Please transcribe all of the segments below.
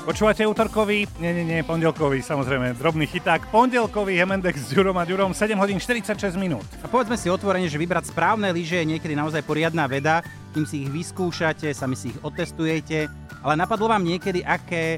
Počúvate útorkový, nie, pondelkový, samozrejme, drobný chyták. Pondelkový Hemendex s Ďurom a Ďurom, 7 hodín 46 minút. A povedzme si otvorene, že vybrať správne lyže je niekedy naozaj poriadna veda, kým si ich vyskúšate, sami si ich otestujete, ale napadlo vám niekedy,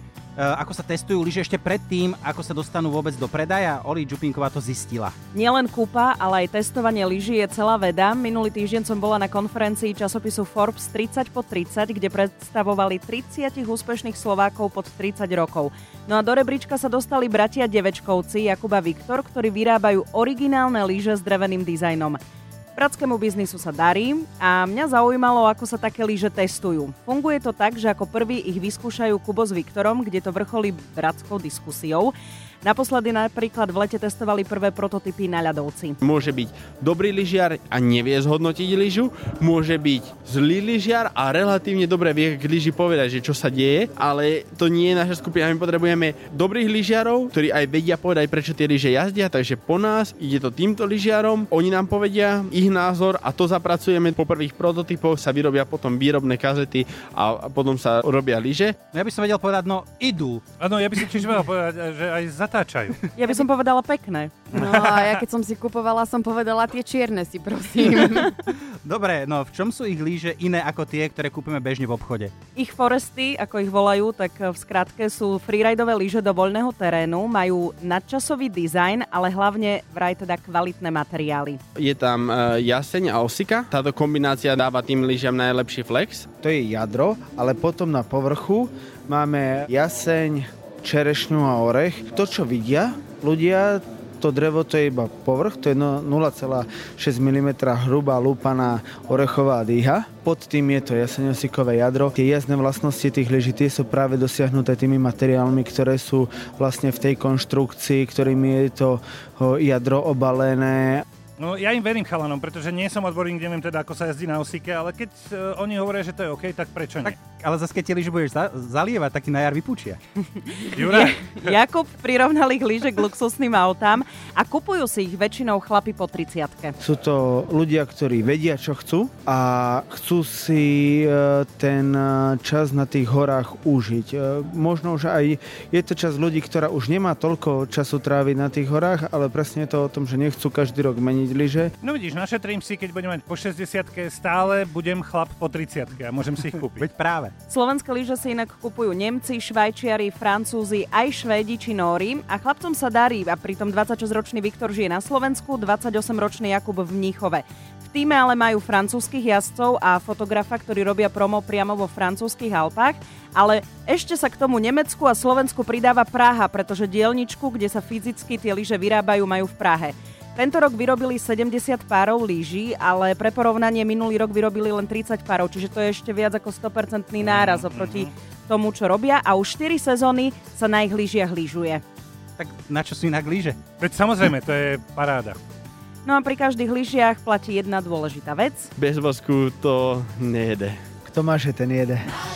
ako sa testujú lyže ešte predtým, ako sa dostanú vôbec do predaja? Oli Čupinková to zistila. Nielen kúpa, ale aj testovanie lyží je celá veda. Minulý týždeň som bola na konferencii časopisu Forbes 30 pod 30, kde predstavovali 30 úspešných Slovákov pod 30 rokov. No a do rebríčka sa dostali bratia Devečkovci Jakub a Viktor, ktorí vyrábajú originálne lyže s dreveným dizajnom. Bratskému biznisu sa darí a mňa zaujímalo, ako sa také lyže testujú. Funguje to tak, že ako prvý ich vyskúšajú Kubo s Viktorom, kde to vrcholí bratskou diskusiou. Naposledy napríklad v lete testovali prvé prototypy na ľadovci. Môže byť dobrý lyžiar a nevie zhodnotiť lyžu, môže byť zlý lyžiar a relatívne dobre vie k lyži povedať, že čo sa deje, ale to nie je naša skupina. My potrebujeme dobrých lyžiarov, ktorí aj vedia povedať, prečo tie lyže jazdia, takže po nás ide to týmto lyžiarom, oni nám povedia ich názor a to zapracujeme. Po prvých prototypoch sa vyrobia potom výrobné kazety a potom sa robia lyže. Ja by som vedel povedať, idú. Áno, ja by som tiež vedel povedať, že aj zatáčajú. Ja by som povedala pekné. No a ja keď som si kupovala, som povedala tie čierne si, prosím. Dobre, v čom sú ich lyže iné ako tie, ktoré kúpime bežne v obchode? Ich foresty, ako ich volajú, tak v skratke sú freeridové lyže do voľného terénu, majú nadčasový dizajn, ale hlavne vraj teda kvalitné materiály. Je tam jaseň a osika. Táto kombinácia dáva tým lyžiam najlepší flex. To je jadro, ale potom na povrchu máme jaseň, čerešňu a orech. To, čo vidia ľudia, to drevo to je iba povrch, to je 0,6 mm hrubá lúpaná orechová dýha. Pod tým je to jaseňosikové jadro. Tie jazdné vlastnosti tých lyží, tie sú práve dosiahnuté tými materiálmi, ktoré sú vlastne v tej konštrukcii, ktorými je to jadro obalené. No ja im verím chalanom, pretože nie som odborník, neviem teda, ako sa jazdí na osike, ale keď oni hovoria, že to je OK, tak prečo nie? Ale zase keď tie lyže budeš zalievať, tak ti na jar vypúčia. Juraj. Jakub prirovnal ich lyže k luxusným autám a kupujú si ich väčšinou chlapi po 30-ke. Sú to ľudia, ktorí vedia, čo chcú a chcú si ten čas na tých horách užiť. Možno, že aj je to čas ľudí, ktorá už nemá toľko času tráviť na tých horách, ale presne je to o tom, že nechcú každý rok meniť lyže. No vidíš, našetrím si, keď budem mať po 60-ke, stále budem chlap po 30-ke a môžem si ich kúpiť. Veď práve. Slovenské lyže si inak kupujú Nemci, Švajčiari, Francúzi, aj Švédi či Nóri a chlapcom sa darí a pritom 26-ročný Viktor žije na Slovensku, 28-ročný Jakub v Mníchove. V tíme ale majú francúzskych jazdcov a fotografa, ktorí robia promo priamo vo francúzskych Alpách, ale ešte sa k tomu Nemecku a Slovensku pridáva Praha, pretože dielničku, kde sa fyzicky tie lyže vyrábajú, majú v Prahe. Tento rok vyrobili 70 párov lyží, ale pre porovnanie minulý rok vyrobili len 30 párov, čiže to je ešte viac ako 100% náraz oproti tomu, čo robia a už 4 sezóny sa na ich lyžiach lyžuje. Tak na čo sú inak lyže? Veď samozrejme, to je paráda. No a pri každých lyžiach platí jedna dôležitá vec. Bez vosku to nejede. Kto má, že ten jede.